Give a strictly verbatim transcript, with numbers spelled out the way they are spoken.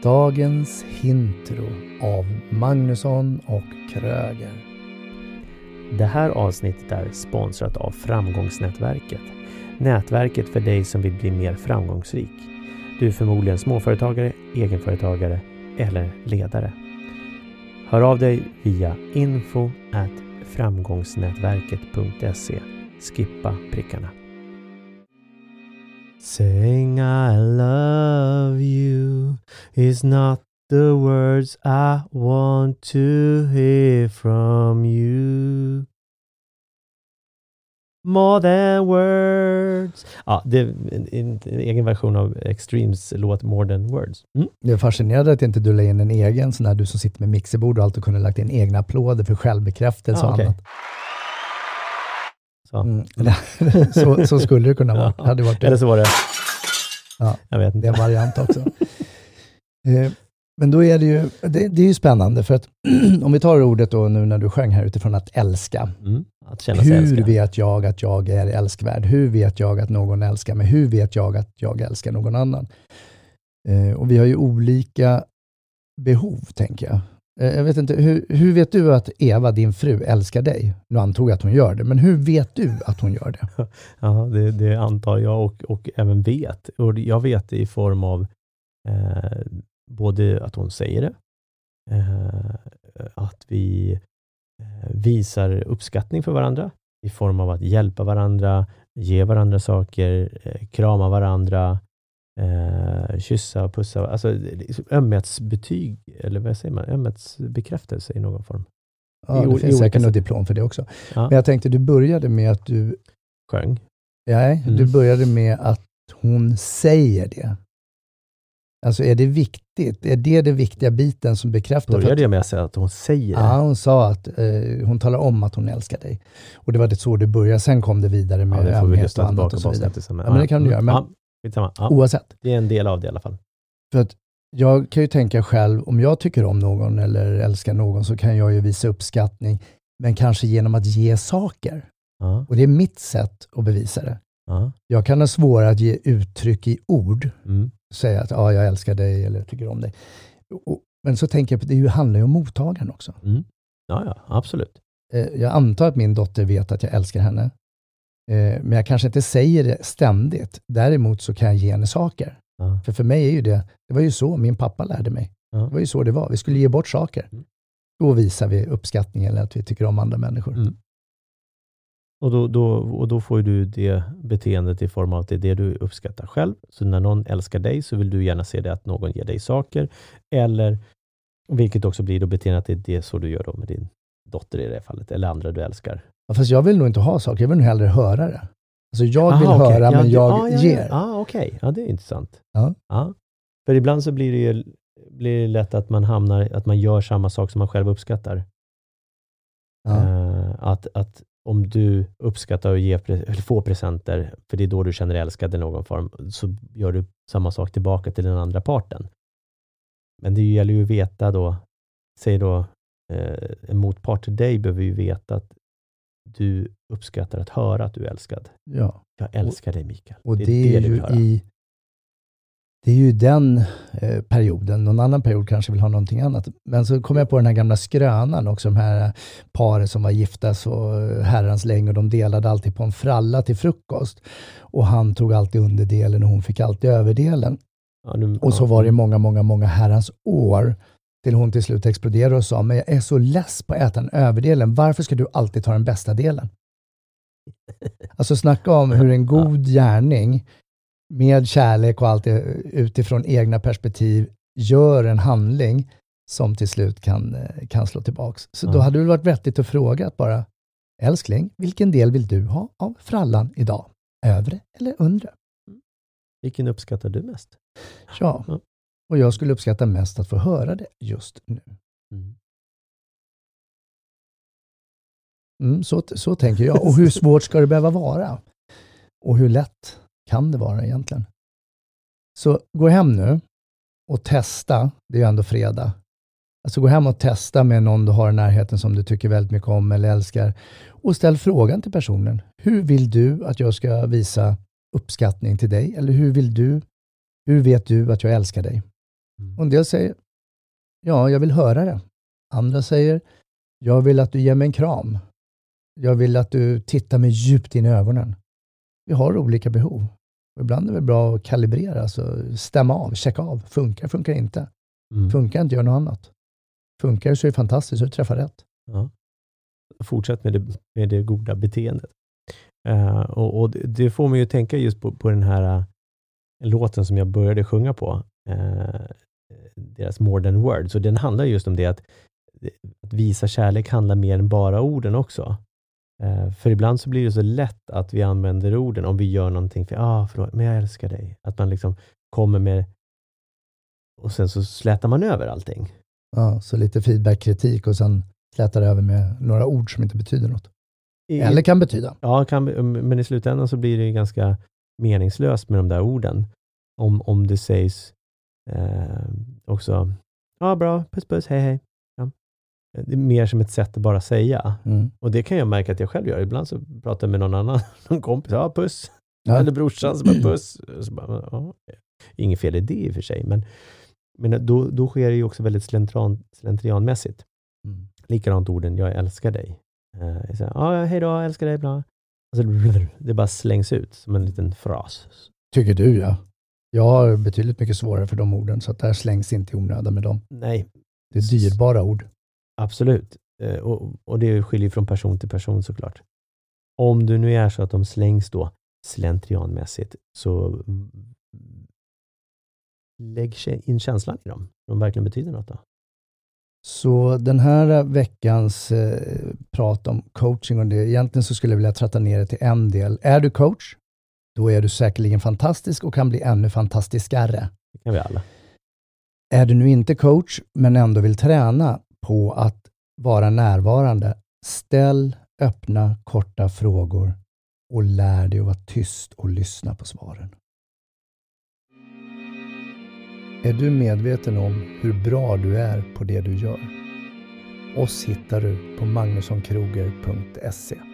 Dagens intro av Magnusson och Kröger. Det här avsnittet är sponsrat av Framgångsnätverket. Nätverket för dig som vill bli mer framgångsrik. Du är förmodligen småföretagare, egenföretagare eller ledare. Hör av dig via info at framgångsnätverket punkt se. Skippa prickarna. Saying I love you is not the words I want to hear from you. More than words. Ja, det är en, en, en egen version av Extremes låt More than words. Mm. Det är fascinerande att inte du la in en egen, sån här du som sitter med mixerbord och alltid kunde lagt in egna applåder för självbekräftelse Ah, och okay. annat. Så. Mm. så, så skulle det kunna vara. Ja. Hade varit det. Eller så var det. Ja, jag vet inte. Det är en variant också. eh, men då är det ju, det, det är ju spännande för att om vi tar ordet då nu när du sjöng här utifrån att älska. Mm. Att känna sig Hur älskad. vet jag att jag är älskvärd? Hur vet jag att någon älskar mig? Hur vet jag att jag älskar någon annan? Eh, och vi har ju olika behov, tänker jag. Eh, jag vet inte, hur, hur vet du att Eva, din fru, älskar dig? Nu antog jag att hon gör det, men hur vet du att hon gör det? Ja, det, det antar jag och, och även vet. Och jag vet det i form av eh, både att hon säger det, eh, att vi eh, visar uppskattning för varandra i form av att hjälpa varandra, ge varandra saker, eh, krama varandra, eh, kyssa, pussa, alltså ömhetsbetyg, eller vad säger man, ömhetsbekräftelse i någon form. Ja, det I, finns i säkert sätt. något diplom för det också. Ja. Men jag tänkte, du började med att du... Sjöng. Nej, Mm. du började med att hon säger det. Alltså är det viktigt? Är det den viktiga biten som bekräftar? Började att, jag med att säga att hon säger det? Ja, hon sa att eh, hon talar om att hon älskar dig. Och det var det så du började. Sen kom det vidare med Ja, det får vi ömhet lyssna och annat tillbaka och så på vidare. avsnittet sen. Ja, men det kan du göra. Men Ja, skitsamma. Ja, oavsett. det är en del av det i alla fall. För att jag kan ju tänka själv, om jag tycker om någon eller älskar någon så kan jag ju visa uppskattning. Men kanske genom att ge saker. Ja, Och det är mitt sätt att bevisa det. ja. Jag kan ha svårare att ge uttryck i ord. Mm. Säga att ja, jag älskar dig eller tycker om dig. Och, men så tänker jag på det ju handlar ju om mottagaren också. Mm. Ja, ja, absolut. Eh, jag antar att min dotter vet att jag älskar henne. Eh, men jag kanske inte säger det ständigt. Däremot så kan jag ge henne saker. Ja. För för mig är ju det, det var ju så min pappa lärde mig. Ja. Det var ju så det var. Vi skulle ge bort saker. Mm. Då visar vi uppskattning eller att vi tycker om andra människor. Mm. Och, då, då, och då får du det beteendet i form av att det är det du uppskattar själv. Så när någon älskar dig så vill du gärna se det att någon ger dig saker. Eller, vilket också blir då beteendet att det är det så du gör då med din dotter i det fallet. Eller andra du älskar. Ja, fast jag vill nog inte ha saker. Jag vill nog hellre höra det. Alltså jag vill Aha, okay. höra ja, men det, jag ah, ja, ger. Ja, ah, okej. Okay. Ja, det är intressant. Ja. Ja. För ibland så blir det ju blir det lätt att man hamnar, att man gör samma sak som man själv uppskattar. Ja. Uh, att, att om du uppskattar att ge, eller få presenter, för det är då du känner dig älskad i någon form, så gör du samma sak tillbaka till den andra parten. Men det gäller ju att veta då, säg då, eh, en motpart till dig behöver ju veta att du uppskattar att höra att du är älskad. Ja. Jag älskar dig, Mikael. Och det, det är, är det ju du vill höra. i det är ju den eh, perioden. Någon annan period kanske vill ha någonting annat. Men så kom jag på den här gamla skrönan också. De här paret som var gifta så herrans länge och de delade alltid på en fralla till frukost. Och han tog alltid underdelen och hon fick alltid överdelen. Ja, nu, och så ja. var det många, många, många herrans år till hon till slut exploderade och sa, men jag är så less på att äta den överdelen. Varför ska du alltid ta den bästa delen? Alltså snacka om hur en god gärning med kärlek och allt det utifrån egna perspektiv gör en handling som till slut kan, kan slå tillbaks. Så ja. Då hade det varit vettigt att fråga att bara, älskling, vilken del vill du ha av frallan idag? Övre eller undre? Vilken uppskattar du mest? Ja, ja. Och jag skulle uppskatta mest att få höra det just nu. Mm. Mm, så, så tänker jag. Och hur svårt ska det behöva vara? Och hur lätt kan det vara egentligen? Så gå hem nu och testa. Det är ju ändå fredag. Alltså gå hem och testa med någon du har i närheten som du tycker väldigt mycket om eller älskar. Och ställ frågan till personen. Hur vill du att jag ska visa uppskattning till dig? Eller hur vill du? Hur vet du att jag älskar dig? Mm. Och en del säger, ja, jag vill höra det. Andra säger, jag vill att du ger mig en kram. Jag vill att du tittar mig djupt in i ögonen. Vi har olika behov. Och ibland är det bra att kalibrera, alltså stämma av, checka av. Funkar, funkar inte. Mm. Funkar inte, gör något annat. Funkar så är det fantastiskt, så du träffar rätt. Ja. Fortsätt med det, med det goda beteendet. Uh, och, och det får mig ju tänka just på, på den här uh, låten som jag började sjunga på. Uh, deras More Than Words. Så den handlar just om det att, att visa kärlek handlar mer än bara orden också. Uh, för ibland så blir det så lätt att vi använder orden om vi gör någonting för, ah, förlåt, men jag älskar dig. Att man liksom kommer med och sen så slätar man över allting. Ja, så lite feedback, kritik och sen slätar över med några ord som inte betyder något. I, Eller kan betyda. Ja, kan, men i slutändan så blir det ganska meningslöst med de där orden. Om, om det sägs eh, också, ja bra, puss puss, hej hej. Ja. Det är mer som ett sätt att bara säga. Mm. Och det kan jag märka att jag själv gör. Ibland så pratar jag med någon annan, någon kompis, ja puss. Ja. Eller brorsan som bara puss. Så bara, ja. Inget fel i det i och för sig, men, men då, då sker det ju också väldigt slentrian, slentrianmässigt. Mm. Likadant orden, jag älskar dig. Uh, så, ja, hej då, jag älskar dig. Bla. Alltså, det bara slängs ut som en liten fras. Tycker du, ja. Jag har betydligt mycket svårare för de orden, så att det här slängs inte i onödan med dem. Nej. Det är dyrbara ord. Absolut. Uh, och, och det skiljer från person till person såklart. Om du nu är så att de slängs då slentrianmässigt, så lägg in känslan i dem. De verkligen betyder något då. Så den här veckans eh, prat om coaching och det, egentligen så skulle jag vilja tratta ner det till en del. Är du coach, då är du säkerligen fantastisk och kan bli ännu fantastiskare. Det kan vi alla. Är du nu inte coach, men ändå vill träna på att vara närvarande, ställ öppna, korta frågor och lär dig att vara tyst och lyssna på svaren. Är du medveten om hur bra du är på det du gör? Oss hittar du på magnussonkroger punkt se.